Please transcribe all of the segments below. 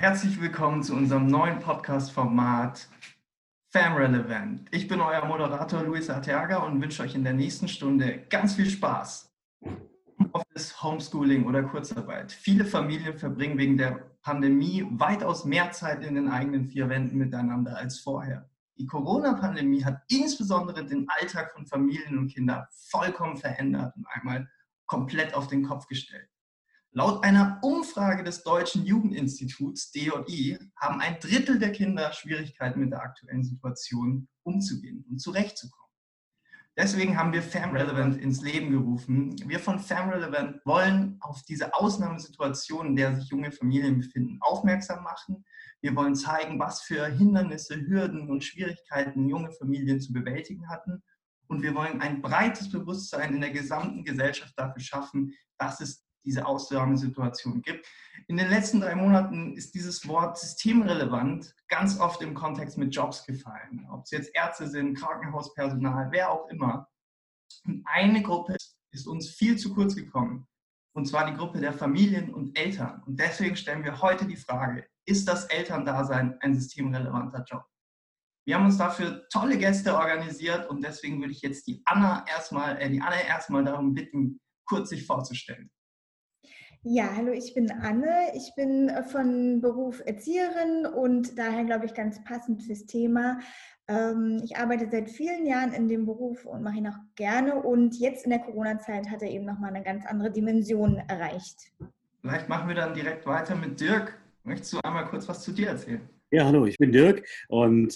Herzlich willkommen zu unserem neuen Podcast-Format FamRelevant. Ich bin euer Moderator Luis Arteaga und wünsche euch in der nächsten Stunde ganz viel Spaß. Office, Homeschooling oder Kurzarbeit. Viele Familien verbringen wegen der Pandemie weitaus mehr Zeit in den eigenen vier Wänden miteinander als vorher. Die Corona-Pandemie hat insbesondere den Alltag von Familien und Kindern vollkommen verändert und einmal komplett auf den Kopf gestellt. Laut einer Umfrage des Deutschen Jugendinstituts DJI haben 1/3 der Kinder Schwierigkeiten mit der aktuellen Situation umzugehen und zurechtzukommen. Deswegen haben wir FamRelevant ins Leben gerufen. Wir von FamRelevant wollen auf diese Ausnahmesituation, in der sich junge Familien befinden, aufmerksam machen. Wir wollen zeigen, was für Hindernisse, Hürden und Schwierigkeiten junge Familien zu bewältigen hatten. Und wir wollen ein breites Bewusstsein in der gesamten Gesellschaft dafür schaffen, dass es diese Ausnahmesituation gibt. In den letzten 3 Monaten ist dieses Wort systemrelevant ganz oft im Kontext mit Jobs gefallen. Ob es jetzt Ärzte sind, Krankenhauspersonal, wer auch immer. Und eine Gruppe ist uns viel zu kurz gekommen. Und zwar die Gruppe der Familien und Eltern. Und deswegen stellen wir heute die Frage, ist das Elterndasein ein systemrelevanter Job? Wir haben uns dafür tolle Gäste organisiert und deswegen würde ich jetzt die Anne erstmal darum bitten, kurz sich vorzustellen. Ja, hallo, ich bin Anne. Ich bin von Beruf Erzieherin und daher, glaube ich, ganz passend fürs Thema. Ich arbeite seit vielen Jahren in dem Beruf und mache ihn auch gerne. Und jetzt in der Corona-Zeit hat er eben nochmal eine ganz andere Dimension erreicht. Vielleicht machen wir dann direkt weiter mit Dirk. Möchtest du einmal kurz was zu dir erzählen? Ja, hallo, ich bin Dirk und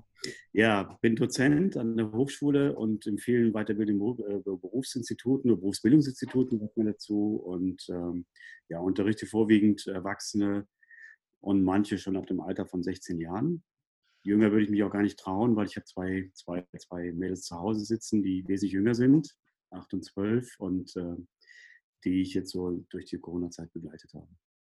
bin Dozent an der Hochschule und in vielen weiterbildenden Berufsinstituten oder Berufsbildungsinstituten sagt man dazu und unterrichte vorwiegend Erwachsene und manche schon ab dem Alter von 16 Jahren. Jünger würde ich mich auch gar nicht trauen, weil ich habe zwei Mädels zu Hause sitzen, die wesentlich jünger sind, 8 und 12 und die ich jetzt so durch die Corona-Zeit begleitet habe.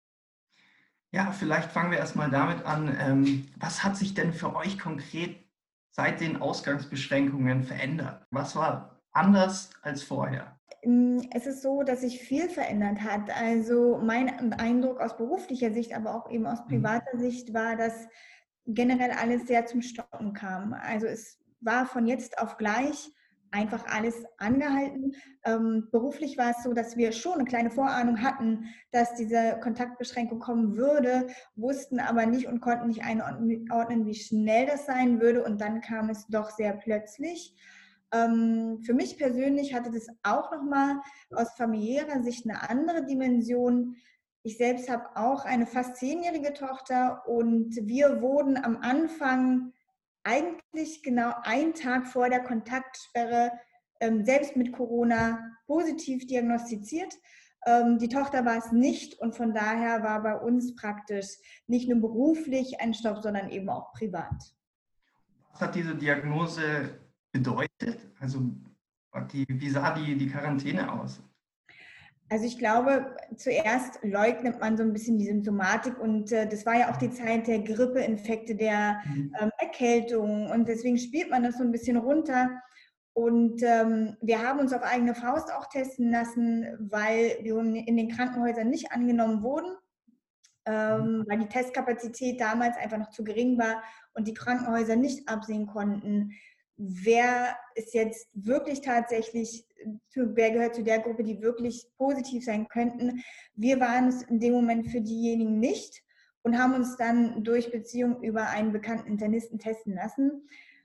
Ja, vielleicht fangen wir erstmal damit an. Was hat sich denn für euch konkret seit den Ausgangsbeschränkungen verändert? Was war anders als vorher? Es ist so, dass sich viel verändert hat. Also mein Eindruck aus beruflicher Sicht, aber auch eben aus privater Sicht war, dass generell alles sehr zum Stocken kam. Also es war von jetzt auf gleich einfach alles angehalten. Beruflich war es so, dass wir schon eine kleine Vorahnung hatten, dass diese Kontaktbeschränkung kommen würde, wussten aber nicht und konnten nicht einordnen, wie schnell das sein würde. Und dann kam es doch sehr plötzlich. Für mich persönlich hatte das auch nochmal aus familiärer Sicht eine andere Dimension. Ich selbst habe auch eine fast 10-jährige Tochter und wir wurden am Anfang eigentlich genau einen Tag vor der Kontaktsperre selbst mit Corona positiv diagnostiziert. Die Tochter war es nicht und von daher war bei uns praktisch nicht nur beruflich ein Stopp, sondern eben auch privat. Was hat diese Diagnose bedeutet? Also wie sah die Quarantäne aus? Also ich glaube, zuerst leugnet man so ein bisschen die Symptomatik und das war ja auch die Zeit der Grippeinfekte, der Erkältung und deswegen spielt man das so ein bisschen runter. Und wir haben uns auf eigene Faust auch testen lassen, weil wir in den Krankenhäusern nicht angenommen wurden, weil die Testkapazität damals einfach noch zu gering war und die Krankenhäuser nicht absehen konnten, wer ist jetzt wirklich tatsächlich, wer gehört zu der Gruppe, die wirklich positiv sein könnten. Wir waren es in dem Moment für diejenigen nicht und haben uns dann durch Beziehung über einen bekannten Internisten testen lassen.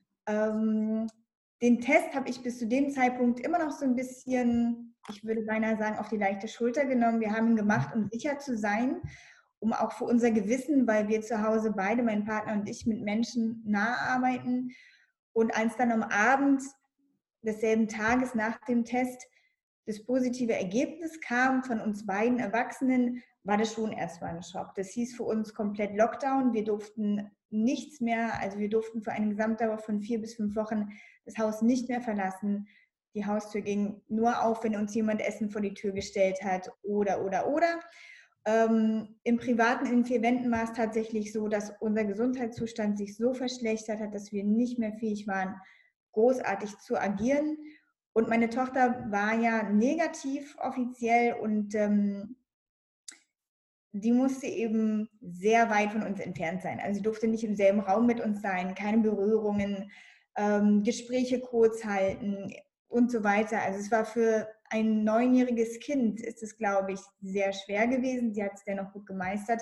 Den Test habe ich bis zu dem Zeitpunkt immer noch so ein bisschen, ich würde beinahe sagen, auf die leichte Schulter genommen. Wir haben ihn gemacht, um sicher zu sein, um auch für unser Gewissen, weil wir zu Hause beide, mein Partner und ich, mit Menschen nahe arbeiten. Und als dann am Abend desselben Tages nach dem Test das positive Ergebnis kam von uns beiden Erwachsenen, war das schon erstmal ein Schock. Das hieß für uns komplett Lockdown. Wir durften nichts mehr, also wir durften für eine Gesamtdauer von 4 bis 5 Wochen das Haus nicht mehr verlassen. Die Haustür ging nur auf, wenn uns jemand Essen vor die Tür gestellt hat oder. Im Privaten, in den 4 Wänden war es tatsächlich so, dass unser Gesundheitszustand sich so verschlechtert hat, dass wir nicht mehr fähig waren, großartig zu agieren. Und meine Tochter war ja negativ offiziell und die musste eben sehr weit von uns entfernt sein. Also sie durfte nicht im selben Raum mit uns sein, keine Berührungen, Gespräche kurz halten und so weiter. Also es war für ein 9-jähriges Kind, ist es, glaube ich, sehr schwer gewesen. Sie hat es dennoch gut gemeistert.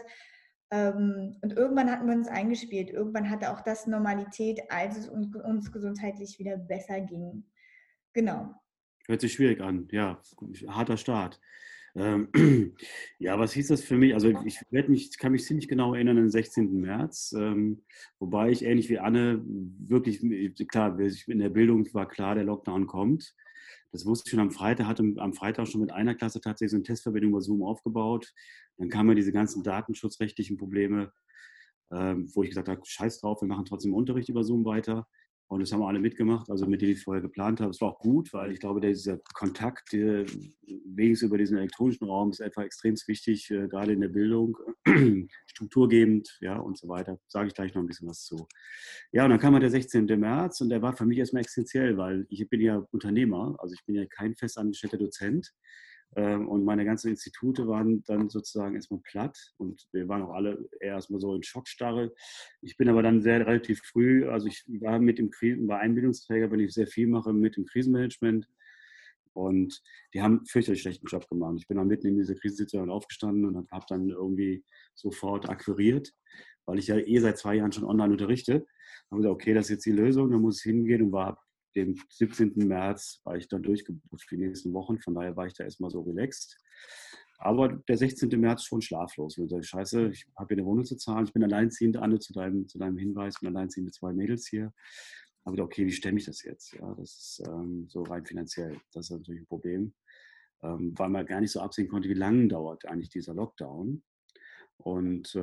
Und irgendwann hatten wir uns eingespielt. Irgendwann hatte auch das Normalität, als es uns gesundheitlich wieder besser ging. Genau. Hört sich schwierig an, ja, harter Start. Ähm, ja, was hieß das für mich? Also ich kann mich ziemlich genau erinnern an den 16. März, wobei ich ähnlich wie Anne wirklich, klar, in der Bildung war klar, der Lockdown kommt. Das wusste ich schon am Freitag, hatte am Freitag schon mit einer Klasse tatsächlich so eine Testverbindung über Zoom aufgebaut. Dann kamen ja diese ganzen datenschutzrechtlichen Probleme, wo ich gesagt habe, scheiß drauf, wir machen trotzdem Unterricht über Zoom weiter. Und das haben alle mitgemacht, also mit denen ich vorher geplant habe. Es war auch gut, weil ich glaube, dieser Kontakt, wenigstens über diesen elektronischen Raum, ist einfach extrem wichtig, gerade in der Bildung, strukturgebend, ja, und so weiter. Sage ich gleich noch ein bisschen was zu. Ja, und dann kam halt der 16. März und der war für mich erstmal existenziell, weil ich bin ja Unternehmer, also ich bin ja kein festangestellter Dozent. Und meine ganzen Institute waren dann sozusagen erstmal platt und wir waren auch alle eher erstmal so in Schockstarre. Ich bin aber dann relativ früh, also ich war bei einem Bildungsträger, wenn ich sehr viel mache, mit dem Krisenmanagement und die haben einen fürchterlich schlechten Job gemacht. Ich bin dann mitten in dieser Krisensituation aufgestanden und habe dann irgendwie sofort akquiriert, weil ich ja seit 2 Jahren schon online unterrichte. Dann habe ich gesagt, okay, das ist jetzt die Lösung, dann muss ich hingehen und war dem 17. März war ich dann durchgebucht für die nächsten Wochen. Von daher war ich da erstmal so relaxed. Aber der 16. März schon schlaflos. Und ich sage, scheiße, ich habe hier eine Wohnung zu zahlen. Ich bin alleinerziehend, Anne, zu deinem Hinweis, ich bin alleinerziehend mit 2 Mädels hier. Aber okay, wie stemme ich das jetzt? Ja, das ist so rein finanziell. Das ist natürlich ein Problem, weil man gar nicht so absehen konnte, wie lange dauert eigentlich dieser Lockdown. Und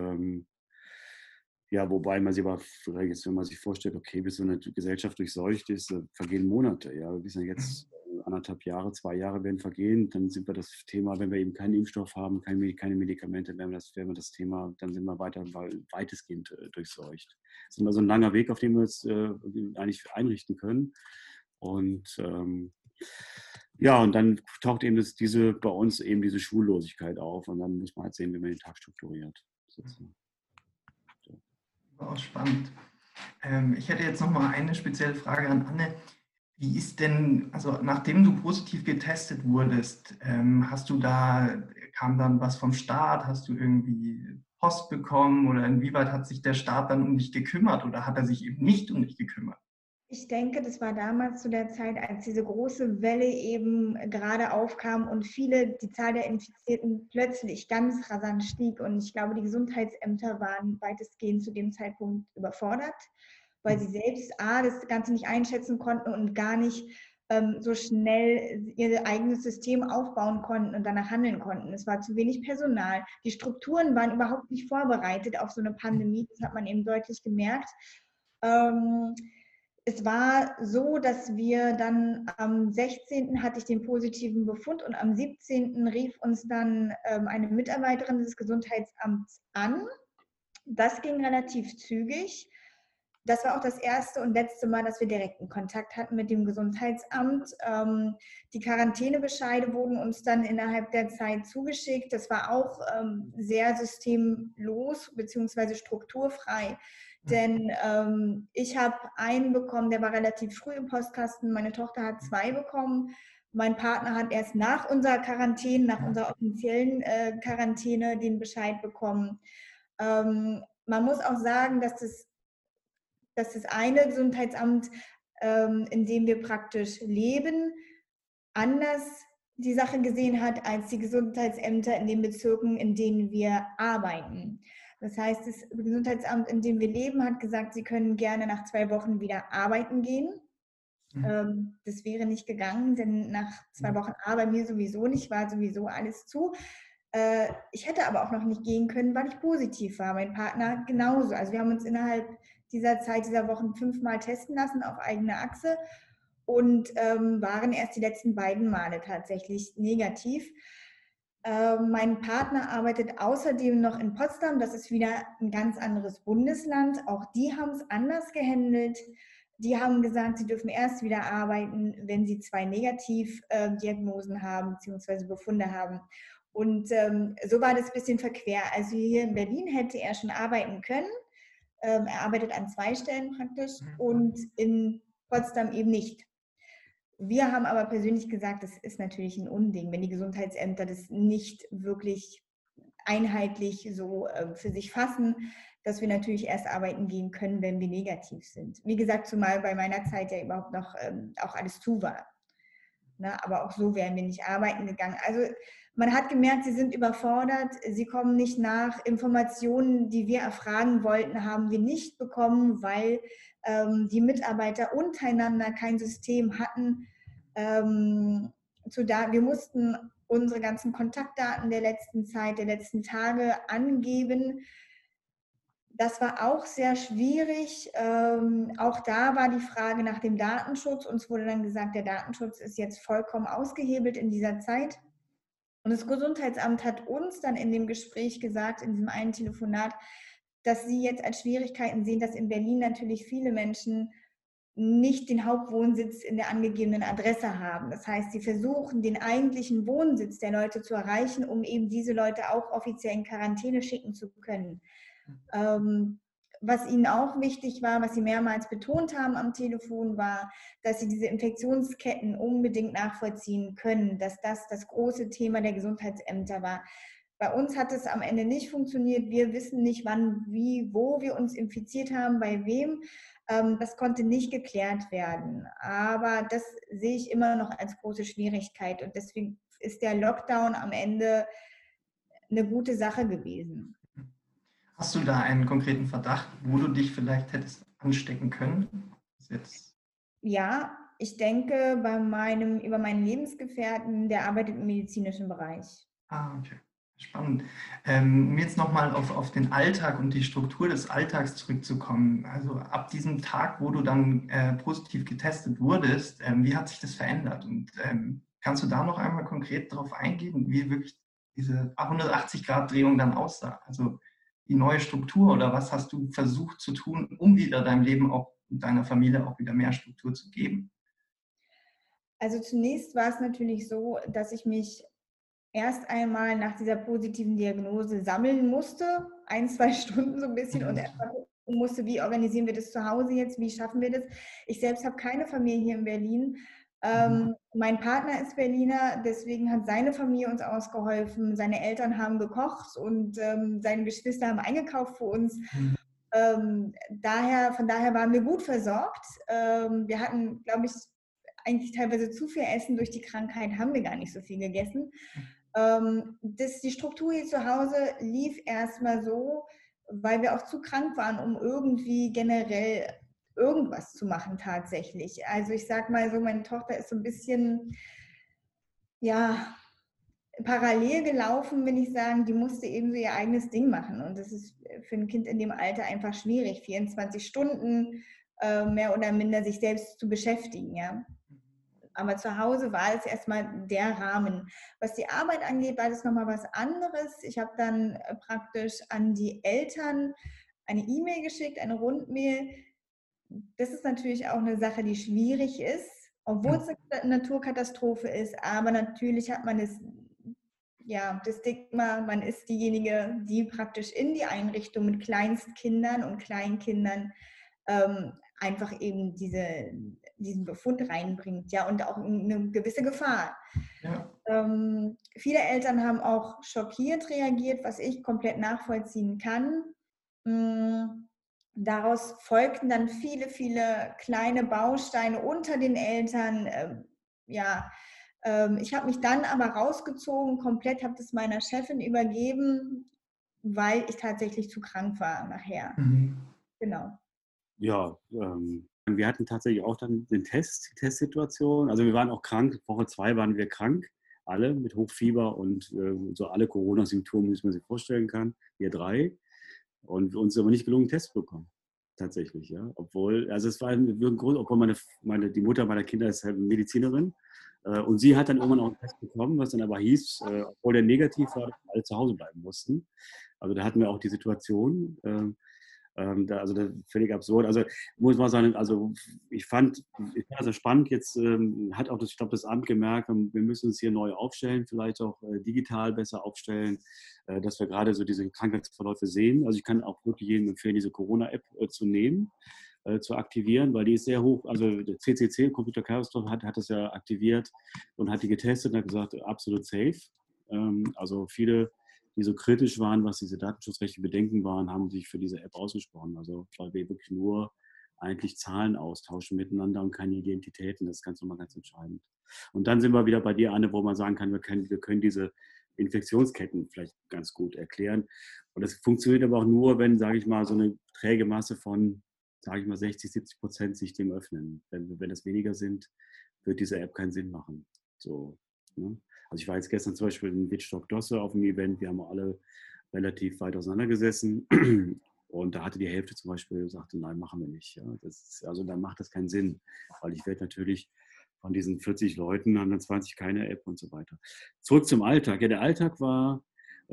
ja, wobei man sich aber, wenn man sich vorstellt, okay, bis so eine Gesellschaft durchseucht ist, vergehen Monate. Ja, wir wissen ja jetzt 1,5 Jahre, 2 Jahre werden vergehen. Dann sind wir das Thema, wenn wir eben keinen Impfstoff haben, keine Medikamente, werden wir das Thema, dann sind wir weitestgehend durchseucht. Das ist immer so ein langer Weg, auf den wir uns eigentlich einrichten können. Und ja, und dann taucht eben bei uns eben diese Schullosigkeit auf. Und dann muss man halt sehen, wie man den Tag strukturiert. Auch spannend. Ich hätte jetzt noch mal eine spezielle Frage an Anne. Wie ist denn, also nachdem du positiv getestet wurdest, kam dann was vom Staat? Hast du irgendwie Post bekommen oder inwieweit hat sich der Staat dann um dich gekümmert oder hat er sich eben nicht um dich gekümmert? Ich denke, das war damals zu der Zeit, als diese große Welle eben gerade aufkam und die Zahl der Infizierten plötzlich ganz rasant stieg. Und ich glaube, die Gesundheitsämter waren weitestgehend zu dem Zeitpunkt überfordert, weil sie selbst das Ganze nicht einschätzen konnten und gar nicht so schnell ihr eigenes System aufbauen konnten und danach handeln konnten. Es war zu wenig Personal. Die Strukturen waren überhaupt nicht vorbereitet auf so eine Pandemie. Das hat man eben deutlich gemerkt. Es war so, dass wir dann am 16. hatte ich den positiven Befund und am 17. rief uns dann eine Mitarbeiterin des Gesundheitsamts an. Das ging relativ zügig. Das war auch das erste und letzte Mal, dass wir direkten Kontakt hatten mit dem Gesundheitsamt. Die Quarantänebescheide wurden uns dann innerhalb der Zeit zugeschickt. Das war auch sehr systemlos bzw. strukturfrei. Denn ich habe einen bekommen, der war relativ früh im Postkasten. Meine Tochter hat 2 bekommen. Mein Partner hat erst nach unserer Quarantäne, nach unserer offiziellen Quarantäne den Bescheid bekommen. Man muss auch sagen, dass das eine Gesundheitsamt, in dem wir praktisch leben, anders die Sache gesehen hat als die Gesundheitsämter in den Bezirken, in denen wir arbeiten. Das heißt, das Gesundheitsamt, in dem wir leben, hat gesagt, sie können gerne nach 2 Wochen wieder arbeiten gehen. Das wäre nicht gegangen, denn nach 2 Wochen bei mir sowieso nicht, war sowieso alles zu. Ich hätte aber auch noch nicht gehen können, weil ich positiv war. Mein Partner genauso. Also wir haben uns innerhalb dieser Wochen 5-mal testen lassen auf eigene Achse und waren erst die letzten beiden Male tatsächlich negativ. Mein Partner arbeitet außerdem noch in Potsdam. Das ist wieder ein ganz anderes Bundesland. Auch die haben es anders gehandelt. Die haben gesagt, sie dürfen erst wieder arbeiten, wenn sie 2 Negativdiagnosen haben bzw. Befunde haben. Und so war das ein bisschen verquer. Also hier in Berlin hätte er schon arbeiten können. Er arbeitet an 2 Stellen praktisch und in Potsdam eben nicht. Wir haben aber persönlich gesagt, das ist natürlich ein Unding, wenn die Gesundheitsämter das nicht wirklich einheitlich so für sich fassen, dass wir natürlich erst arbeiten gehen können, wenn wir negativ sind. Wie gesagt, zumal bei meiner Zeit ja überhaupt noch auch alles zu war. Ne? Aber auch so wären wir nicht arbeiten gegangen. Also man hat gemerkt, sie sind überfordert, sie kommen nicht nach. Informationen, die wir erfragen wollten, haben wir nicht bekommen, weil die Mitarbeiter untereinander kein System hatten. Wir mussten unsere ganzen Kontaktdaten der letzten Zeit, der letzten Tage angeben. Das war auch sehr schwierig. Auch da war die Frage nach dem Datenschutz. Uns wurde dann gesagt, der Datenschutz ist jetzt vollkommen ausgehebelt in dieser Zeit. Und das Gesundheitsamt hat uns dann in dem Gespräch gesagt, in diesem einen Telefonat, dass sie jetzt als Schwierigkeiten sehen, dass in Berlin natürlich viele Menschen nicht den Hauptwohnsitz in der angegebenen Adresse haben. Das heißt, sie versuchen, den eigentlichen Wohnsitz der Leute zu erreichen, um eben diese Leute auch offiziell in Quarantäne schicken zu können. Was ihnen auch wichtig war, was sie mehrmals betont haben am Telefon, war, dass sie diese Infektionsketten unbedingt nachvollziehen können, dass das das große Thema der Gesundheitsämter war. Bei uns hat es am Ende nicht funktioniert. Wir wissen nicht, wann, wie, wo wir uns infiziert haben, bei wem. Das konnte nicht geklärt werden. Aber das sehe ich immer noch als große Schwierigkeit. Und deswegen ist der Lockdown am Ende eine gute Sache gewesen. Hast du da einen konkreten Verdacht, wo du dich vielleicht hättest anstecken können? Ja, ich denke über meinen Lebensgefährten, der arbeitet im medizinischen Bereich. Ah, okay. Spannend. Um jetzt nochmal auf den Alltag und die Struktur des Alltags zurückzukommen. Also ab diesem Tag, wo du dann positiv getestet wurdest, wie hat sich das verändert? Und kannst du da noch einmal konkret darauf eingehen, wie wirklich diese 180-Grad-Drehung dann aussah? Also die neue Struktur oder was hast du versucht zu tun, um wieder deinem Leben auch und deiner Familie auch wieder mehr Struktur zu geben? Also zunächst war es natürlich so, dass ich mich erst einmal nach dieser positiven Diagnose sammeln musste, 1-2 Stunden so ein bisschen und erstmal gucken musste, wie organisieren wir das zu Hause jetzt, wie schaffen wir das. Ich selbst habe keine Familie hier in Berlin. Mein Partner ist Berliner, deswegen hat seine Familie uns ausgeholfen. Seine Eltern haben gekocht und seine Geschwister haben eingekauft für uns. Von daher waren wir gut versorgt. Wir hatten, glaube ich, eigentlich teilweise zu viel Essen. Durch die Krankheit haben wir gar nicht so viel gegessen. Die Struktur hier zu Hause lief erstmal so, weil wir auch zu krank waren, um irgendwie generell irgendwas zu machen tatsächlich. Also ich sag mal so, meine Tochter ist so ein bisschen, ja, parallel gelaufen, will ich sagen. Die musste eben so ihr eigenes Ding machen. Und das ist für ein Kind in dem Alter einfach schwierig, 24 Stunden mehr oder minder sich selbst zu beschäftigen, ja. Aber zu Hause war es erstmal der Rahmen. Was die Arbeit angeht, war das nochmal was anderes. Ich habe dann praktisch an die Eltern eine E-Mail geschickt, eine Rundmail. Das ist natürlich auch eine Sache, die schwierig ist, obwohl es eine Naturkatastrophe ist. Aber natürlich hat man das Stigma, man ist diejenige, die praktisch in die Einrichtung mit Kleinstkindern und Kleinkindern einfach eben diesen Befund reinbringt, ja, und auch eine gewisse Gefahr. Ja. Viele Eltern haben auch schockiert reagiert, was ich komplett nachvollziehen kann. Daraus folgten dann viele, viele kleine Bausteine unter den Eltern. Ich habe mich dann aber rausgezogen, komplett habe das meiner Chefin übergeben, weil ich tatsächlich zu krank war nachher. Genau. Ja, wir hatten tatsächlich auch dann die Testsituation. Also wir waren auch krank. Woche 2 waren wir krank, alle mit Hochfieber und so alle Corona-Symptome, wie man sich vorstellen kann. Wir 3. Und uns ist aber nicht gelungen, einen Test zu bekommen. Tatsächlich, ja. Obwohl, also es war ein Grund, obwohl die Mutter meiner Kinder ist halt Medizinerin. Und sie hat dann irgendwann auch einen Test bekommen, was dann aber hieß, obwohl der negativ war, dass alle zu Hause bleiben mussten. Also da hatten wir auch die Situation. Also das ist völlig absurd. Also muss man sagen, also ich fand das spannend. Jetzt hat auch das, ich glaube, das Amt gemerkt, wir müssen uns hier neu aufstellen, vielleicht auch digital besser aufstellen, dass wir gerade so diese Krankheitsverläufe sehen. Also ich kann auch wirklich jedem empfehlen, diese Corona-App zu nehmen, zu aktivieren, weil die ist sehr hoch. Also der CCC, Computer Chaos, hat das ja aktiviert und hat die getestet und hat gesagt, absolut safe. Also viele, die so kritisch waren, was diese datenschutzrechtlichen Bedenken waren, haben sich für diese App ausgesprochen. Also weil wir wirklich nur eigentlich Zahlen austauschen miteinander und keine Identitäten. Das ist ganz normal, ganz entscheidend. Und dann sind wir wieder bei dir, Anne, wo man sagen kann, wir können diese Infektionsketten vielleicht ganz gut erklären. Und das funktioniert aber auch nur, wenn, sage ich mal, so eine träge Masse von, sage ich mal, 60-70% sich dem öffnen. Wenn das weniger sind, wird diese App keinen Sinn machen. So, ne? Also ich war jetzt gestern zum Beispiel in Wittstock-Dosse auf dem Event, wir haben alle relativ weit auseinandergesessen und da hatte die Hälfte zum Beispiel gesagt, nein, machen wir nicht. Ja, also dann macht das keinen Sinn, weil ich werde natürlich von diesen 40 Leuten haben dann 20 keine App und so weiter. Zurück zum Alltag. Ja, der Alltag war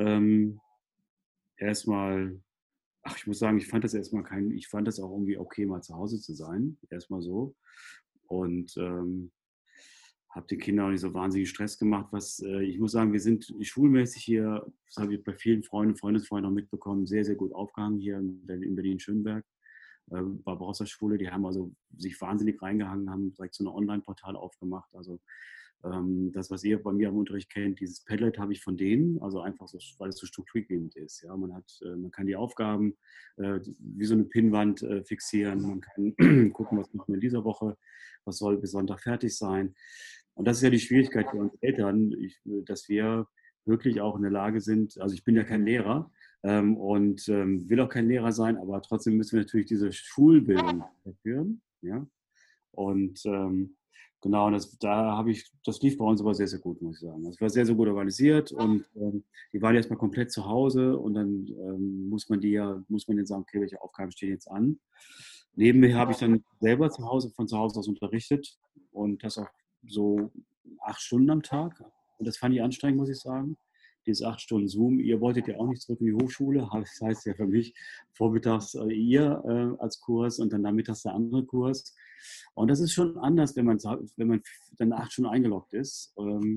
erstmal, ich muss sagen, ich fand das auch irgendwie okay, mal zu Hause zu sein, erstmal so. Und habe den Kindern auch nicht so wahnsinnig Stress gemacht. Ich muss sagen, wir sind schulmäßig hier, das habe ich bei vielen Freundesfreunden auch mitbekommen, sehr, sehr gut aufgehangen hier in Berlin-Schöneberg. Barbarossa-Schule, die haben also sich wahnsinnig reingehangen, haben direkt so ein Online-Portal aufgemacht. Also das, was ihr bei mir am Unterricht kennt, dieses Padlet habe ich von denen, also einfach so, weil es so strukturgebend ist. Ja, man kann die Aufgaben wie so eine Pinnwand fixieren, man kann gucken, was machen wir in dieser Woche, was soll bis Sonntag fertig sein. Und das ist ja die Schwierigkeit für uns Eltern, dass wir wirklich auch in der Lage sind, also ich bin ja kein Lehrer und will auch kein Lehrer sein, aber trotzdem müssen wir natürlich diese Schulbildung führen. Ja? Und genau, das lief bei uns aber sehr, sehr gut, muss ich sagen. Es war sehr, sehr gut organisiert und die waren erstmal komplett zu Hause und dann muss man denen sagen, okay, welche Aufgaben stehen jetzt an. Nebenher habe ich dann selber von zu Hause aus unterrichtet und das auch so 8 Stunden am Tag. Und das fand ich anstrengend, muss ich sagen. Dieses 8 Stunden Zoom. Ihr wolltet ja auch nicht zurück in die Hochschule. Das heißt ja für mich vormittags ihr als Kurs und dann nachmittags der andere Kurs. Und das ist schon anders, wenn man dann 8 Stunden eingeloggt ist.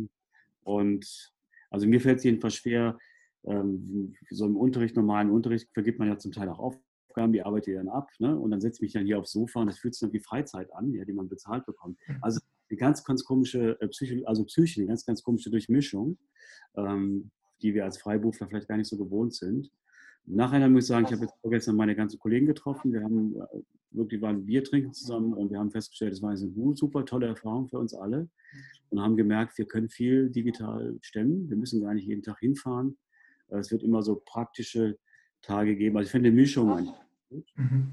Und also mir fällt es jedenfalls schwer, so im normalen Unterricht vergibt man ja zum Teil auch Aufgaben, die arbeitet ihr dann ab, ne? Und dann setze ich mich dann hier aufs Sofa und das fühlt sich dann wie Freizeit an, ja, die man bezahlt bekommt. Also eine ganz, ganz komische Psyche, eine ganz, ganz komische Durchmischung, die wir als Freiberufler vielleicht gar nicht so gewohnt sind. Nachher muss ich sagen, ich habe jetzt vorgestern meine ganzen Kollegen getroffen. Wir haben wirklich ein Bier trinken zusammen und wir haben festgestellt, es war eine super tolle Erfahrung für uns alle und haben gemerkt, wir können viel digital stemmen. Wir müssen gar nicht jeden Tag hinfahren. Es wird immer so praktische Tage geben. Also ich finde die Mischung eigentlich gut.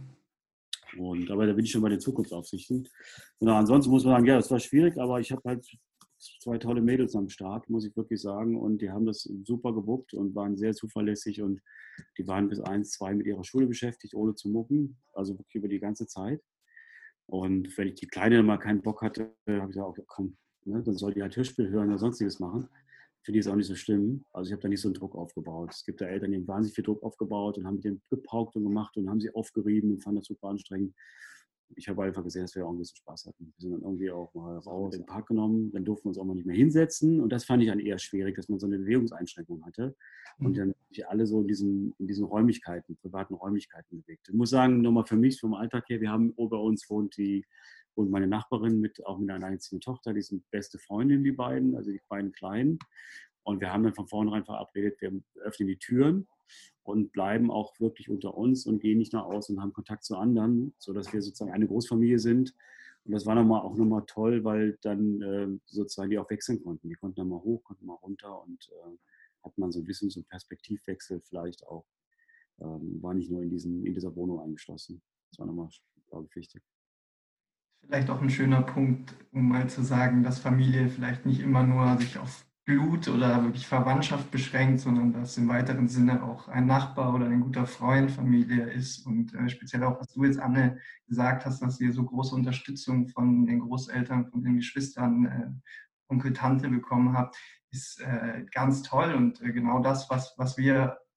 Aber da bin ich schon bei den Zukunftsaufsichten. Genau, ansonsten muss man sagen, ja, es war schwierig, aber ich habe halt 2 tolle Mädels am Start, muss ich wirklich sagen. Und die haben das super gewuppt und waren sehr zuverlässig. Und die waren bis 1, 2 mit ihrer Schule beschäftigt, ohne zu mucken. Also wirklich über die ganze Zeit. Und wenn ich die Kleine mal keinen Bock hatte, habe ich gesagt, okay, komm, ne, dann soll die halt Hörspiel hören oder sonstiges machen. Für die ist auch nicht so schlimm. Also ich habe da nicht so einen Druck aufgebaut. Es gibt da Eltern, die haben wahnsinnig viel Druck aufgebaut und haben mit denen gepaukt und gemacht und haben sie aufgerieben und fanden das super anstrengend. Ich habe einfach gesehen, dass wir auch ein bisschen Spaß hatten. Wir sind dann irgendwie auch mal raus in den Park genommen, dann durften wir uns auch mal nicht mehr hinsetzen und das fand ich dann eher schwierig, dass man so eine Bewegungseinschränkung hatte und dann sich alle so in diesen Räumlichkeiten, privaten Räumlichkeiten bewegt. Ich muss sagen, nochmal für mich, vom Alltag her, wir haben bei uns wohnt meine Nachbarin auch mit einer alleinerziehenden Tochter, die sind beste Freundin, die beiden, also die beiden Kleinen. Und wir haben dann von vornherein verabredet, wir öffnen die Türen und bleiben auch wirklich unter uns und gehen nicht nach außen und haben Kontakt zu anderen, sodass wir sozusagen eine Großfamilie sind. Und das war auch nochmal toll, weil dann sozusagen die auch wechseln konnten. Die konnten dann mal hoch, konnten mal runter und hat man so ein bisschen so einen Perspektivwechsel vielleicht auch. War nicht nur in dieser Wohnung eingeschlossen. Das war nochmal, glaube ich, wichtig. Vielleicht auch ein schöner Punkt, um mal zu sagen, dass Familie vielleicht nicht immer nur sich auf Blut oder wirklich Verwandtschaft beschränkt, sondern dass im weiteren Sinne auch ein Nachbar oder ein guter Freund Familie ist. Und speziell auch, was du jetzt, Anne, gesagt hast, dass ihr so große Unterstützung von den Großeltern, von den Geschwistern, Onkel, Tante bekommen habt, ist ganz toll. Und genau das, was wir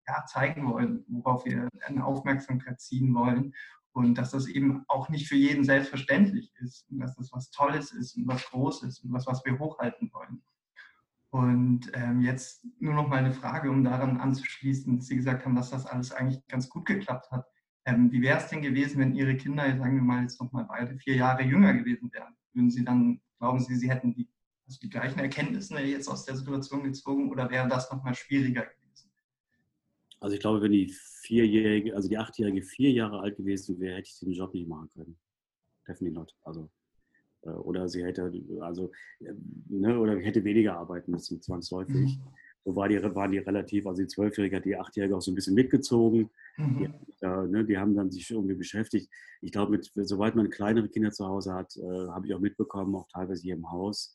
zeigen wollen, worauf wir eine Aufmerksamkeit ziehen wollen. Und dass das eben auch nicht für jeden selbstverständlich ist und dass das was Tolles ist und was Großes und was wir hochhalten wollen. Und jetzt nur noch mal eine Frage, um daran anzuschließen, dass Sie gesagt haben, dass das alles eigentlich ganz gut geklappt hat. Wie wäre es denn gewesen, wenn Ihre Kinder, sagen wir mal, jetzt noch mal beide 4 Jahre jünger gewesen wären? Würden Sie dann, glauben Sie, Sie hätten die gleichen Erkenntnisse jetzt aus der Situation gezogen oder wäre das noch mal schwieriger gewesen? Also ich glaube, wenn die 4-Jährige, also die 8-Jährige 4 Jahre alt gewesen wäre, hätte ich den Job nicht machen können. Definitely not. Also oder sie hätte, also, ne, oder hätte weniger arbeiten müssen, zwangsläufig. So waren die relativ, also die 12-Jährige hat die 8-Jährige auch so ein bisschen mitgezogen. Die haben dann sich irgendwie beschäftigt. Ich glaube, sobald man kleinere Kinder zu Hause hat, habe ich auch mitbekommen, auch teilweise hier im Haus,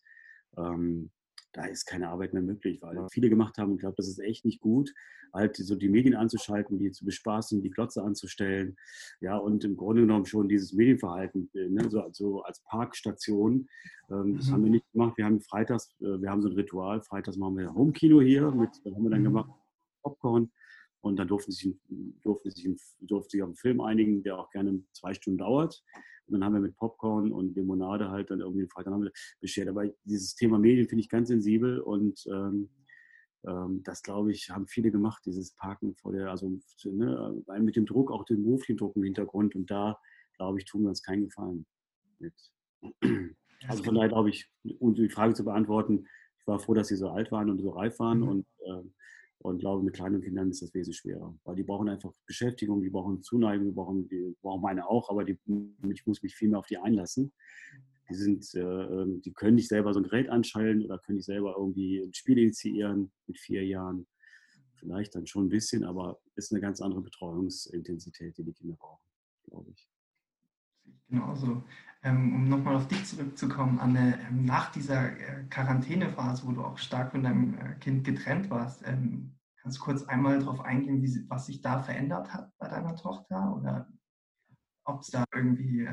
da ist keine Arbeit mehr möglich, weil viele gemacht haben. Und ich glaube, das ist echt nicht gut, halt so die Medien anzuschalten, die zu bespaßen, die Glotze anzustellen. Ja, und im Grunde genommen schon dieses Medienverhalten, ne, so als Parkstation. Das haben wir nicht gemacht. Wir haben freitags, wir haben so ein Ritual. Freitags machen wir Homekino hier. Haben wir dann gemacht Popcorn. Und dann durften sie sich auf einen Film einigen, der auch gerne 2 Stunden dauert. Und dann haben wir mit Popcorn und Limonade halt dann irgendwie den Freitag beschert. Aber dieses Thema Medien finde ich ganz sensibel und das, glaube ich, haben viele gemacht, dieses Parken vor der, also ne, mit dem Druck, auch den beruflichen Druck im Hintergrund. Und da, glaube ich, tun wir uns keinen Gefallen mit. Also von daher glaube ich, um die Frage zu beantworten, ich war froh, dass sie so alt waren und so reif waren und glaube, mit kleinen Kindern ist das wesentlich schwerer, weil die brauchen einfach Beschäftigung, die brauchen Zuneigung, die brauchen meine auch, aber ich muss mich viel mehr auf die einlassen. Die können nicht selber so ein Gerät anschalten oder können nicht selber irgendwie ein Spiel initiieren mit 4 Jahren. Vielleicht dann schon ein bisschen, aber es ist eine ganz andere Betreuungsintensität, die Kinder brauchen, glaube ich. Genauso. Um nochmal auf dich zurückzukommen, Anne, nach dieser Quarantänephase, wo du auch stark von deinem Kind getrennt warst, kannst du kurz einmal darauf eingehen, was sich da verändert hat bei deiner Tochter oder ob es da irgendwie,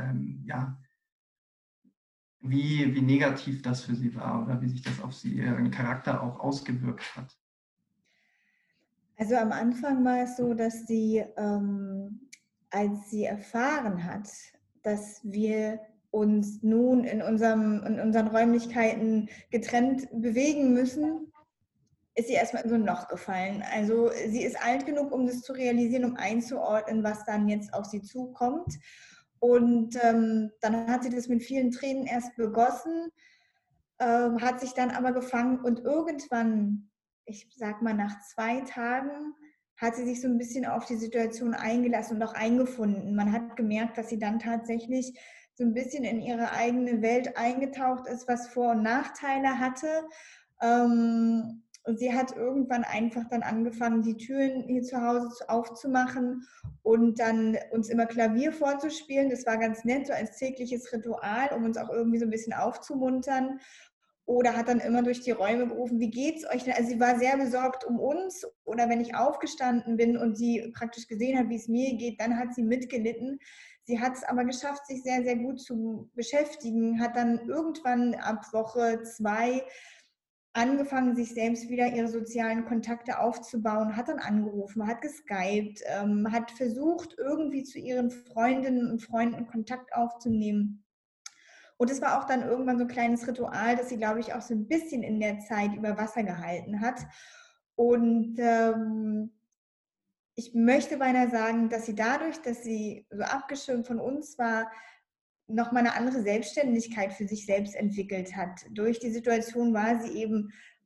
wie negativ das für sie war oder wie sich das auf ihren Charakter auch ausgewirkt hat? Also am Anfang war es so, dass sie, als sie erfahren hat, dass wir uns nun in unseren Räumlichkeiten getrennt bewegen müssen, ist sie erstmal in so ein Loch gefallen. Also sie ist alt genug, um das zu realisieren, um einzuordnen, was dann jetzt auf sie zukommt. Und dann hat sie das mit vielen Tränen erst begossen, hat sich dann aber gefangen und irgendwann, ich sag mal nach 2 Tagen, hat sie sich so ein bisschen auf die Situation eingelassen und auch eingefunden. Man hat gemerkt, dass sie dann tatsächlich so ein bisschen in ihre eigene Welt eingetaucht ist, was Vor- und Nachteile hatte. Und sie hat irgendwann einfach dann angefangen, die Türen hier zu Hause aufzumachen und dann uns immer Klavier vorzuspielen. Das war ganz nett, so als tägliches Ritual, um uns auch irgendwie so ein bisschen aufzumuntern. Oder hat dann immer durch die Räume gerufen, wie geht's euch denn? Also sie war sehr besorgt um uns. Oder wenn ich aufgestanden bin und sie praktisch gesehen hat, wie es mir geht, dann hat sie mitgelitten. Sie hat es aber geschafft, sich sehr, sehr gut zu beschäftigen, hat dann irgendwann ab Woche 2 angefangen, sich selbst wieder ihre sozialen Kontakte aufzubauen, hat dann angerufen, hat geskypt, hat versucht, irgendwie zu ihren Freundinnen und Freunden Kontakt aufzunehmen. Und es war auch dann irgendwann so ein kleines Ritual, das sie, glaube ich, auch so ein bisschen in der Zeit über Wasser gehalten hat. Und ich möchte beinahe sagen, dass sie dadurch, dass sie so abgeschirmt von uns war, nochmal eine andere Selbstständigkeit für sich selbst entwickelt hat. Durch die Situation war sie eben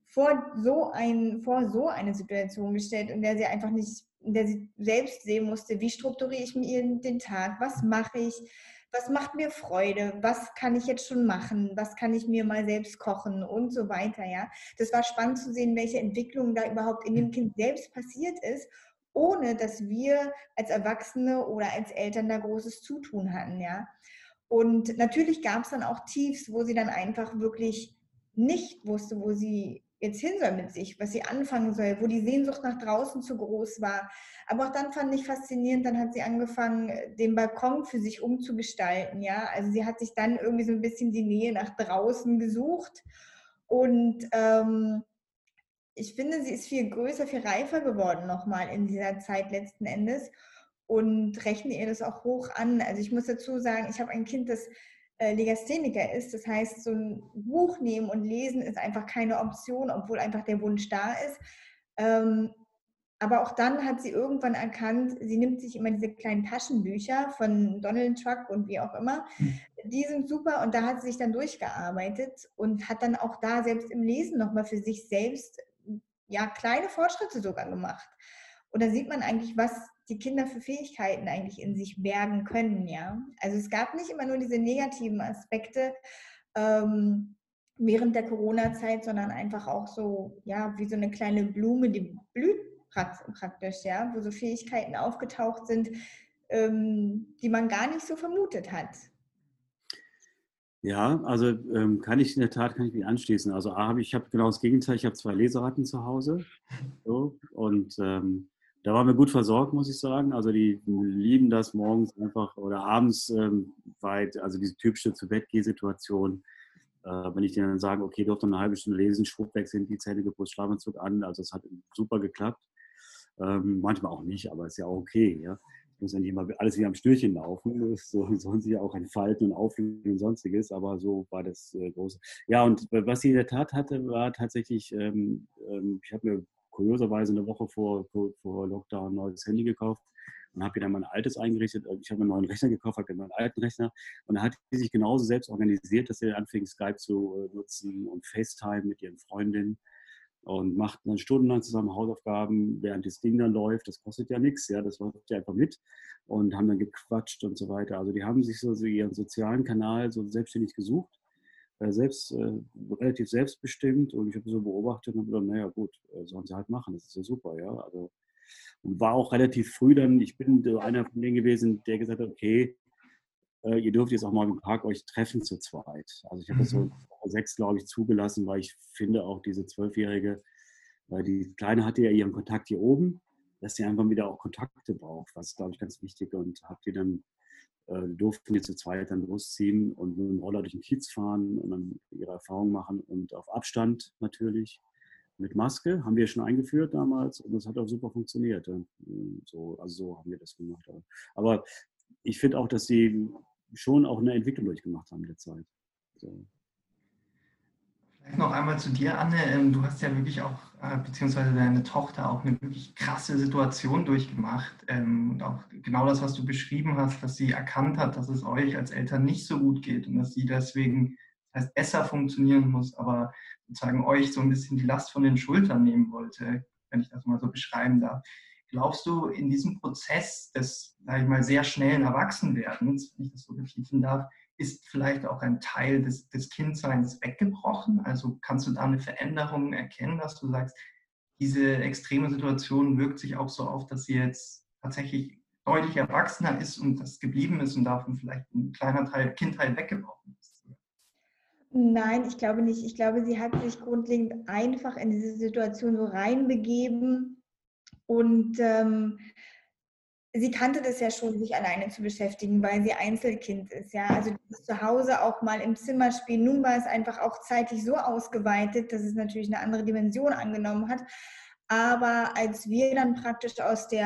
vor so eine Situation gestellt, in der sie einfach nicht, in der sie selbst sehen musste, wie strukturiere ich mir den Tag, was mache ich, was macht mir Freude, was kann ich jetzt schon machen, was kann ich mir mal selbst kochen und so weiter. Ja, das war spannend zu sehen, welche Entwicklung da überhaupt in dem Kind selbst passiert ist, ohne dass wir als Erwachsene oder als Eltern da großes Zutun hatten. Ja. Und natürlich gab es dann auch Tiefs, wo sie dann einfach wirklich nicht wusste, wo sie jetzt hin soll mit sich, was sie anfangen soll, wo die Sehnsucht nach draußen zu groß war. Aber auch dann fand ich faszinierend, dann hat sie angefangen, den Balkon für sich umzugestalten. Ja? Also sie hat sich dann irgendwie so ein bisschen die Nähe nach draußen gesucht und ich finde, sie ist viel größer, viel reifer geworden nochmal in dieser Zeit letzten Endes und rechne ihr das auch hoch an. Also ich muss dazu sagen, ich habe ein Kind, das Legastheniker ist. Das heißt, so ein Buch nehmen und lesen ist einfach keine Option, obwohl einfach der Wunsch da ist. Aber auch dann hat sie irgendwann erkannt, sie nimmt sich immer diese kleinen Taschenbücher von Donald Truck und wie auch immer. Die sind super und da hat sie sich dann durchgearbeitet und hat dann auch da selbst im Lesen nochmal für sich selbst ja kleine Fortschritte sogar gemacht. Und da sieht man eigentlich, was die Kinder für Fähigkeiten eigentlich in sich bergen können, ja. Also es gab nicht immer nur diese negativen Aspekte während der Corona-Zeit, sondern einfach auch so, ja, wie so eine kleine Blume, die blüht praktisch, ja, wo so Fähigkeiten aufgetaucht sind, die man gar nicht so vermutet hat. Ja, also kann ich mich anschließen. Also ich habe genau das Gegenteil, ich habe 2 Leseratten zu Hause. So, und da waren wir gut versorgt, muss ich sagen. Also die lieben das morgens einfach oder abends also diese typische Zu-Bett-Geh-Situation. Wenn ich denen dann sage, okay, doch noch eine halbe Stunde lesen, schwupp, weg sind die Zähne geputzt, Schlafanzug an. Also es hat super geklappt. Manchmal auch nicht, aber ist ja auch okay. Ja? Muss ja nicht immer alles wie am Stürchen laufen. So sollen sich ja auch entfalten und aufblühen und sonstiges, aber so war das große. Ja, und was sie in der Tat hatte, war tatsächlich, ich habe mir kurioserweise eine Woche vor Lockdown ein neues Handy gekauft und habe mir dann mein altes eingerichtet. Ich habe mir einen neuen Rechner gekauft, habe mir meinen alten Rechner und dann hat sie sich genauso selbst organisiert, dass sie anfing, Skype zu nutzen und FaceTime mit ihren Freundinnen und macht dann stundenlang zusammen Hausaufgaben, während das Ding dann läuft. Das kostet ja nichts, ja, das läuft ja einfach mit und haben dann gequatscht und so weiter. Also die haben sich so ihren sozialen Kanal so selbstständig gesucht, relativ selbstbestimmt und ich habe so beobachtet und gedacht, naja gut, sollen sie halt machen, das ist ja super, ja. Also und war auch relativ früh dann, ich bin so einer von denen gewesen, der gesagt hat, okay, ihr dürft jetzt auch mal im Park euch treffen zu zweit. Also ich habe das so 6, glaube ich, zugelassen, weil ich finde auch diese 12-Jährige, die Kleine hatte ja ihren Kontakt hier oben, dass sie einfach wieder auch Kontakte braucht, was glaube ich ganz wichtig und habe die dann durften die zu zweit dann losziehen und mit dem Roller durch den Kiez fahren und dann ihre Erfahrungen machen und auf Abstand natürlich. Mit Maske haben wir schon eingeführt damals und das hat auch super funktioniert. So haben wir das gemacht. Aber ich finde auch, dass sie schon auch eine Entwicklung durchgemacht haben in der Zeit. So. Vielleicht noch einmal zu dir, Anne. Du hast ja wirklich auch, beziehungsweise deine Tochter auch eine wirklich krasse Situation durchgemacht. Und auch genau das, was du beschrieben hast, dass sie erkannt hat, dass es euch als Eltern nicht so gut geht und dass sie deswegen, das heißt, besser funktionieren muss, aber sozusagen euch so ein bisschen die Last von den Schultern nehmen wollte, wenn ich das mal so beschreiben darf. Glaubst du, in diesem Prozess des, sage ich mal, sehr schnellen Erwachsenwerdens, wenn ich das so betiteln darf, ist vielleicht auch ein Teil des Kindseins weggebrochen? Also kannst du da eine Veränderung erkennen, dass du sagst, diese extreme Situation wirkt sich auch so auf, dass sie jetzt tatsächlich deutlich erwachsener ist und das geblieben ist und davon vielleicht ein kleiner Teil Kindheit weggebrochen ist? Nein, ich glaube nicht. Ich glaube, sie hat sich grundlegend einfach in diese Situation so reinbegeben und sie kannte das ja schon, sich alleine zu beschäftigen, weil sie Einzelkind ist. Ja? Also dieses zu Hause auch mal im Zimmer spielen. Nun war es einfach auch zeitlich so ausgeweitet, dass es natürlich eine andere Dimension angenommen hat. Aber als wir dann praktisch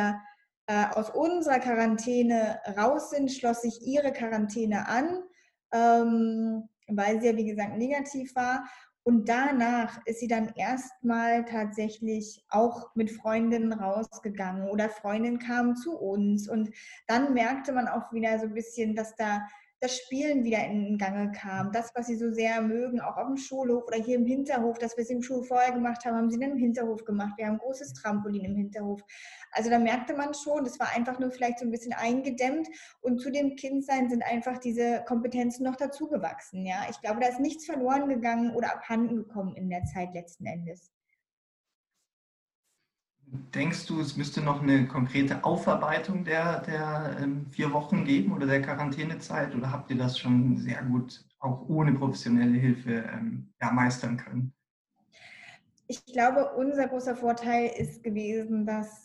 aus unserer Quarantäne raus sind, schloss sich ihre Quarantäne an, weil sie ja, wie gesagt, negativ war. Und danach ist sie dann erstmal tatsächlich auch mit Freundinnen rausgegangen oder Freundinnen kamen zu uns. Und dann merkte man auch wieder so ein bisschen, dass da das Spielen wieder in den Gange kam. Das, was sie so sehr mögen, auch auf dem Schulhof oder hier im Hinterhof, das, was sie im Schul vorher gemacht haben, haben sie dann im Hinterhof gemacht. Wir haben ein großes Trampolin im Hinterhof. Also da merkte man schon, das war einfach nur vielleicht so ein bisschen eingedämmt und zu dem Kindsein sind einfach diese Kompetenzen noch dazugewachsen. Ja? Ich glaube, da ist nichts verloren gegangen oder abhanden gekommen in der Zeit letzten Endes. Denkst du, es müsste noch eine konkrete Aufarbeitung der 4 Wochen geben oder der Quarantänezeit oder habt ihr das schon sehr gut auch ohne professionelle Hilfe meistern können? Ich glaube, unser großer Vorteil ist gewesen, dass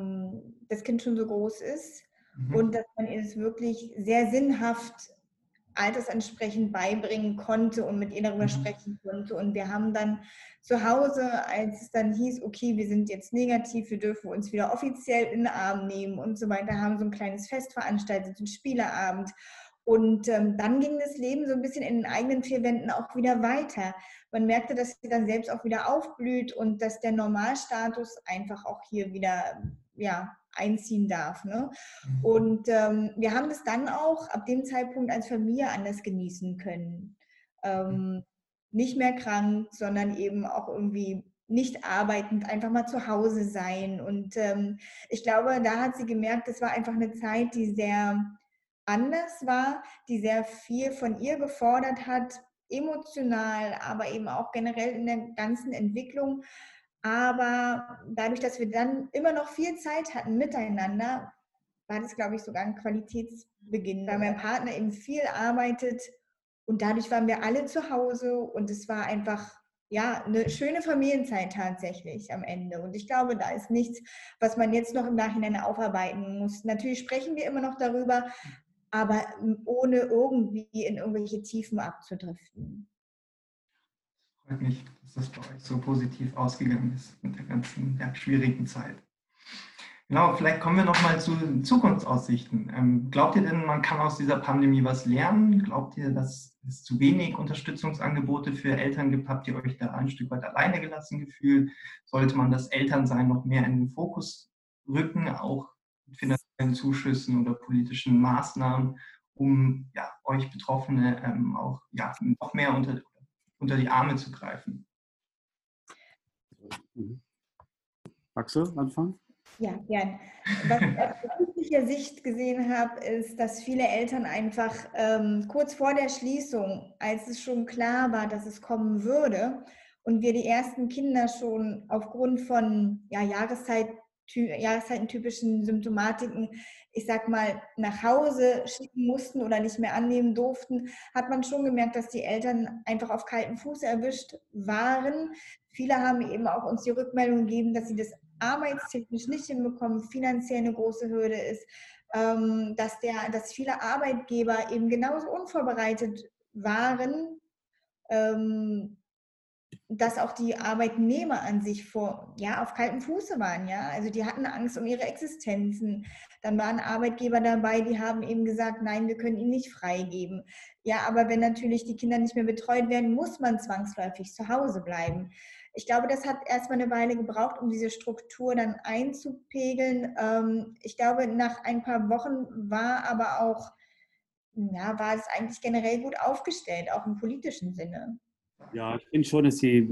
das Kind schon so groß ist und dass man es wirklich sehr sinnhaft altersentsprechend beibringen konnte und mit ihr darüber sprechen konnte. Und wir haben dann zu Hause, als es dann hieß, okay, wir sind jetzt negativ, wir dürfen uns wieder offiziell in den Arm nehmen und so weiter, haben so ein kleines Fest veranstaltet, so einen Spieleabend. Und dann ging das Leben so ein bisschen in den eigenen vier Wänden auch wieder weiter. Man merkte, dass sie dann selbst auch wieder aufblüht und dass der Normalstatus einfach auch hier wieder einziehen darf. Ne? Und wir haben das dann auch ab dem Zeitpunkt als Familie anders genießen können. Nicht mehr krank, sondern eben auch irgendwie nicht arbeitend, einfach mal zu Hause sein. Und ich glaube, da hat sie gemerkt, das war einfach eine Zeit, die sehr anders war, die sehr viel von ihr gefordert hat, emotional, aber eben auch generell in der ganzen Entwicklung. Aber dadurch, dass wir dann immer noch viel Zeit hatten miteinander, war das, glaube ich, sogar ein Qualitätsbeginn, weil mein Partner eben viel arbeitet und dadurch waren wir alle zu Hause und es war einfach eine schöne Familienzeit tatsächlich am Ende. Und ich glaube, da ist nichts, was man jetzt noch im Nachhinein aufarbeiten muss. Natürlich sprechen wir immer noch darüber, aber ohne irgendwie in irgendwelche Tiefen abzudriften. Freut mich, dass das bei euch so positiv ausgegangen ist mit der ganzen schwierigen Zeit. Genau, vielleicht kommen wir nochmal zu Zukunftsaussichten. Glaubt ihr denn, man kann aus dieser Pandemie was lernen? Glaubt ihr, dass es zu wenig Unterstützungsangebote für Eltern gibt? Habt ihr euch da ein Stück weit alleine gelassen gefühlt? Sollte man das Elternsein noch mehr in den Fokus rücken, auch mit finanziellen Zuschüssen oder politischen Maßnahmen, um euch Betroffene auch noch mehr unter die Arme zu greifen? Magst du anfangen? Ja, gern. Was ich aus beruflicher Sicht gesehen habe, ist, dass viele Eltern einfach kurz vor der Schließung, als es schon klar war, dass es kommen würde und wir die ersten Kinder schon aufgrund von jahreszeitentypischen Symptomatiken, ich sag mal, nach Hause schicken mussten oder nicht mehr annehmen durften, hat man schon gemerkt, dass die Eltern einfach auf kaltem Fuß erwischt waren. Viele haben eben auch uns die Rückmeldung gegeben, dass sie das arbeitstechnisch nicht hinbekommen, finanziell eine große Hürde ist, dass viele Arbeitgeber eben genauso unvorbereitet waren, dass auch die Arbeitnehmer an sich auf kaltem Fuße waren. Ja? Also die hatten Angst um ihre Existenzen. Dann waren Arbeitgeber dabei, die haben eben gesagt, nein, wir können ihn nicht freigeben. Ja, aber wenn natürlich die Kinder nicht mehr betreut werden, muss man zwangsläufig zu Hause bleiben. Ich glaube, das hat erstmal eine Weile gebraucht, um diese Struktur dann einzupegeln. Ich glaube, nach ein paar Wochen war es eigentlich generell gut aufgestellt, auch im politischen Sinne. Ja, ich finde schon, dass sie,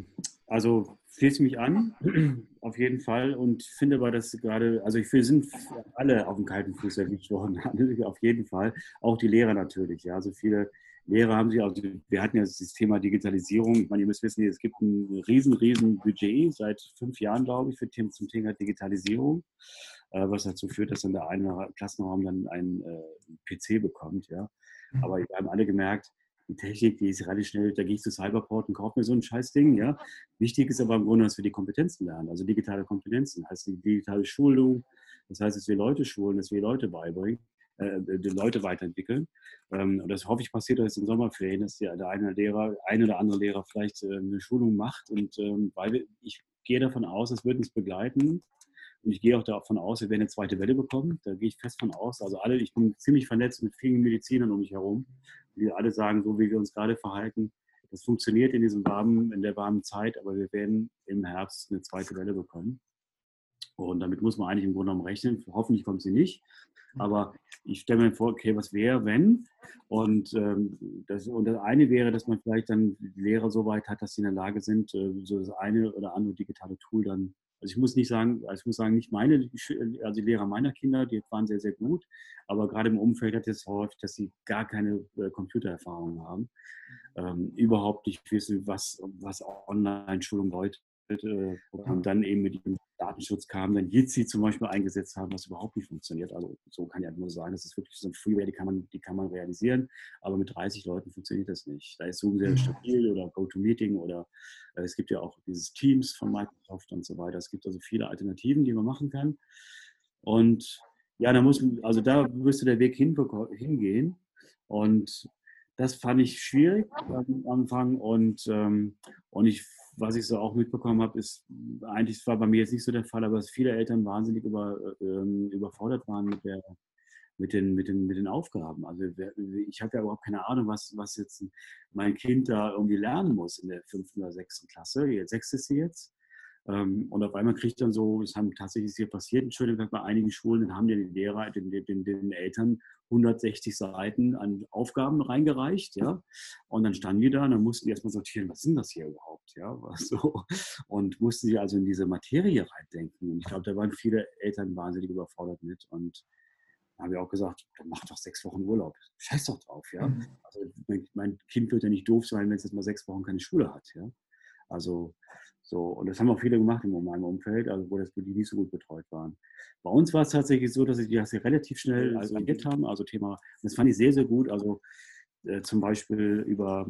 also fühlt mich an, auf jeden Fall. Und finde aber, dass gerade, also wir sind alle auf dem kalten Fuß erwischt worden, auf jeden Fall. Auch die Lehrer natürlich. Ja, also viele Lehrer haben sich, also wir hatten ja das Thema Digitalisierung. Ich meine, ihr müsst wissen, es gibt ein riesen Budget seit 5 Jahren, glaube ich, zum Thema Digitalisierung, was dazu führt, dass dann der eine Klassenraum dann einen PC bekommt. Ja, aber wir haben alle gemerkt, die Technik, die ist relativ schnell, da gehe ich zu Cyberport und kaufe mir so ein Scheißding. Ja. Wichtig ist aber im Grunde, dass wir die Kompetenzen lernen, also digitale Kompetenzen, heißt die digitale Schulung, das heißt, dass wir Leute schulen, dass wir Leute beibringen, die Leute weiterentwickeln. Und das hoffe ich passiert jetzt in Sommerferien, dass der eine oder andere Lehrer vielleicht eine Schulung macht. Und weil ich gehe davon aus, es wird uns begleiten. Und ich gehe auch davon aus, wir werden eine zweite Welle bekommen. Da gehe ich fest von aus. Also ich bin ziemlich vernetzt mit vielen Medizinern um mich herum, die alle sagen, so wie wir uns gerade verhalten, das funktioniert in der warmen Zeit, aber wir werden im Herbst eine zweite Welle bekommen. Und damit muss man eigentlich im Grunde genommen rechnen. Hoffentlich kommt sie nicht. Aber ich stelle mir vor, okay, was wäre, wenn? Und das eine wäre, dass man vielleicht dann die Lehrer so weit hat, dass sie in der Lage sind, so das eine oder andere digitale Tool dann. Also ich muss sagen, nicht also die Lehrer meiner Kinder, die waren sehr, sehr gut. Aber gerade im Umfeld hat es häufig, dass sie gar keine Computererfahrung haben. Überhaupt nicht wissen, was Online-Schulung bedeutet. Und dann eben mit dem Datenschutz kam, dann Jitsi zum Beispiel eingesetzt haben, was überhaupt nicht funktioniert. Also so kann ich halt nur sagen, das ist wirklich so ein Freeware, die kann man realisieren, aber mit 30 Leuten funktioniert das nicht. Da ist Zoom sehr stabil oder GoToMeeting oder es gibt ja auch dieses Teams von Microsoft und so weiter. Es gibt also viele Alternativen, die man machen kann. Und ja, da müsste der Weg hingehen. Und das fand ich schwierig am Anfang. Was ich so auch mitbekommen habe, ist, eigentlich war bei mir jetzt nicht so der Fall, aber dass viele Eltern wahnsinnig überfordert waren mit den Aufgaben. Also ich habe ja überhaupt keine Ahnung, was jetzt mein Kind da irgendwie lernen muss in der 5. oder 6. Klasse. Jetzt 6 ist sie jetzt. Und auf einmal kriegt dann so, es haben tatsächlich hier passiert, Entschuldigung, bei einigen Schulen, dann haben die Lehrer den Eltern 160 Seiten an Aufgaben reingereicht, ja. Und dann standen die da und dann mussten die erstmal sortieren, was sind das hier überhaupt, ja. So. Und mussten sie also in diese Materie reindenken. Und ich glaube, da waren viele Eltern wahnsinnig überfordert mit. Und da haben wir auch gesagt, dann mach doch 6 Wochen Urlaub. Scheiß doch drauf, ja. Also mein Kind wird ja nicht doof sein, wenn es jetzt mal 6 Wochen keine Schule hat, ja. Also so, und das haben auch viele gemacht in meinem Umfeld, also wo die nicht so gut betreut waren. Bei uns war es tatsächlich so, dass sie relativ schnell agiert haben. Also Thema, das fand ich sehr, sehr gut. Also zum Beispiel über,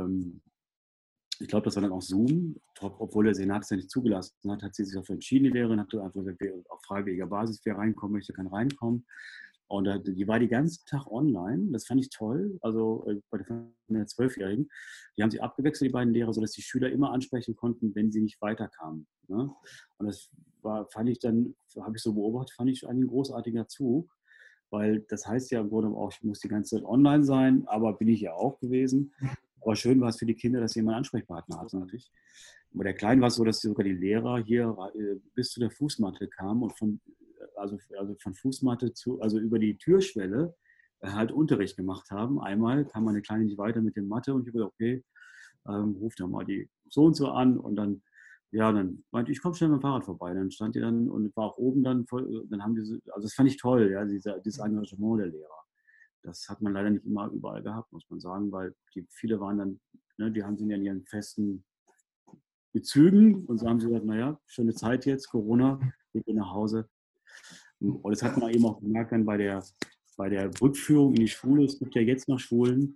ich glaube, das war dann auch Zoom, obwohl der Senat es ja nicht zugelassen hat, hat sie sich dafür entschieden, die Lehrerin, hat einfach gesagt, auf freiwilliger Basis, wer reinkommen möchte, kann reinkommen. Und die war den ganzen Tag online. Das fand ich toll. Also bei der 12-Jährigen. Die haben sich abgewechselt, die beiden Lehrer, sodass die Schüler immer ansprechen konnten, wenn sie nicht weiterkamen. Ne? Und das fand ich dann, habe ich so beobachtet, fand ich einen großartiger Zug. Weil das heißt ja im Grunde auch, ich muss die ganze Zeit online sein, aber bin ich ja auch gewesen. Aber schön war es für die Kinder, dass sie immer einen Ansprechpartner hatten natürlich. Bei der Kleinen war es so, dass sogar die Lehrer hier bis zu der Fußmatte kamen und von Fußmatte also über die Türschwelle halt Unterricht gemacht haben. Einmal kam meine Kleine nicht weiter mit dem Mathe und ich habe gesagt, okay, ruft dann mal die so und so an und dann, ja, dann meinte ich, komm schnell mit dem Fahrrad vorbei. Dann stand die dann und war auch oben dann voll, dann haben die, also das fand ich toll, ja, dieses Engagement der Lehrer. Das hat man leider nicht immer überall gehabt, muss man sagen, weil viele waren dann, ne, die haben sich ja in ihren festen Bezügen und so haben sie gesagt, naja, schöne Zeit jetzt, Corona, wir gehen nach Hause. Und das hat man eben auch gemerkt dann bei der Rückführung in die Schule. Es gibt ja jetzt noch Schulen,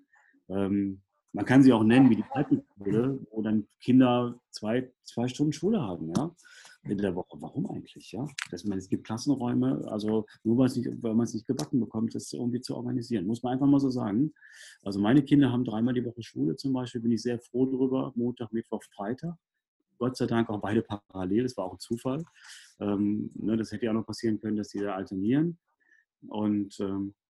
man kann sie auch nennen wie die Alpenschule, wo dann Kinder zwei Stunden Schule haben, ja, in der Woche. Warum eigentlich, ja? Es gibt Klassenräume, also nur weil man es nicht gebacken bekommt, das irgendwie zu organisieren. Muss man einfach mal so sagen. Also meine Kinder haben 3-mal die Woche Schule zum Beispiel, bin ich sehr froh drüber, Montag, Mittwoch, Freitag. Gott sei Dank auch beide parallel, das war auch ein Zufall. Das hätte ja auch noch passieren können, dass die da alternieren. Und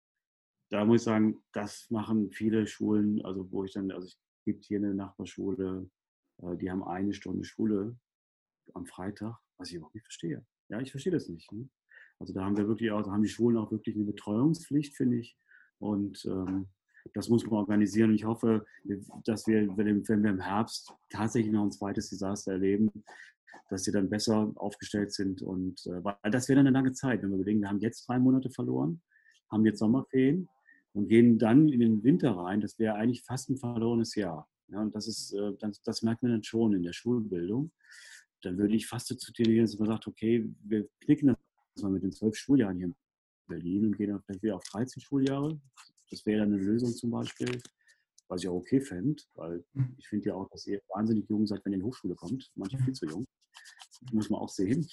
da muss ich sagen, das machen viele Schulen, also es gibt hier eine Nachbarschule, die haben 1 Stunde Schule am Freitag, was ich überhaupt nicht verstehe. Ja, ich verstehe das nicht. Ne? Also da haben wir wirklich auch, da haben die Schulen auch wirklich eine Betreuungspflicht, finde ich. Und das muss man organisieren. Und ich hoffe, dass wir, wenn wir im Herbst tatsächlich noch ein zweites Desaster erleben, dass sie dann besser aufgestellt sind. Und weil das wäre dann eine lange Zeit, wenn wir überlegen, wir haben jetzt 3 Monate verloren, haben jetzt Sommerferien und gehen dann in den Winter rein. Das wäre eigentlich fast ein verlorenes Jahr. Ja, und das merkt man dann schon in der Schulbildung. Dann würde ich fast dazu tendieren, dass man sagt, okay, wir knicken das mal mit den 12 Schuljahren hier in Berlin und gehen dann vielleicht wieder auf 13 Schuljahre. Das wäre dann eine Lösung zum Beispiel, was ich auch okay fände, weil ich finde ja auch, dass ihr wahnsinnig jung seid, wenn ihr in die Hochschule kommt. Manche viel zu jung. Das muss man auch sehen.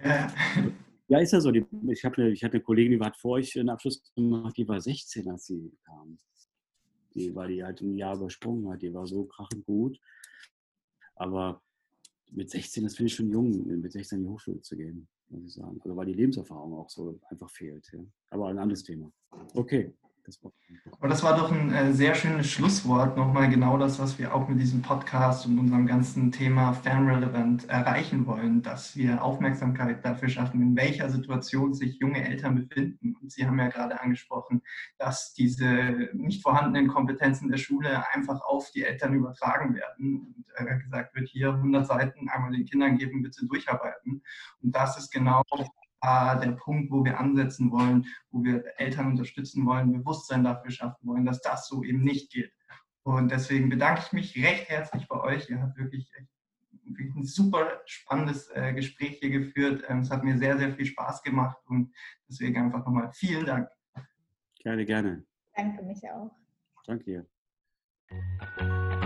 Ja, ist ja so. Ich hatte eine Kollegin, die hat vor euch einen Abschluss gemacht, die war 16, als sie kam. Weil die halt ein Jahr übersprungen hat. Die war so krachend gut. Aber mit 16, das finde ich schon jung, mit 16 in die Hochschule zu gehen, muss ich sagen. Also weil die Lebenserfahrung auch so einfach fehlt. Ja. Aber ein anderes Thema. Okay. Aber das war doch ein sehr schönes Schlusswort. Nochmal genau das, was wir auch mit diesem Podcast und unserem ganzen Thema Fernrelevant erreichen wollen, dass wir Aufmerksamkeit dafür schaffen, in welcher Situation sich junge Eltern befinden. Und Sie haben ja gerade angesprochen, dass diese nicht vorhandenen Kompetenzen der Schule einfach auf die Eltern übertragen werden. Und gesagt wird, hier 100 Seiten einmal den Kindern geben, bitte durcharbeiten. Und das ist genau der Punkt, wo wir ansetzen wollen, wo wir Eltern unterstützen wollen, Bewusstsein dafür schaffen wollen, dass das so eben nicht geht. Und deswegen bedanke ich mich recht herzlich bei euch. Ihr habt wirklich ein super spannendes Gespräch hier geführt. Es hat mir sehr, sehr viel Spaß gemacht und deswegen einfach nochmal vielen Dank. Gerne, gerne. Danke, mich auch. Danke dir.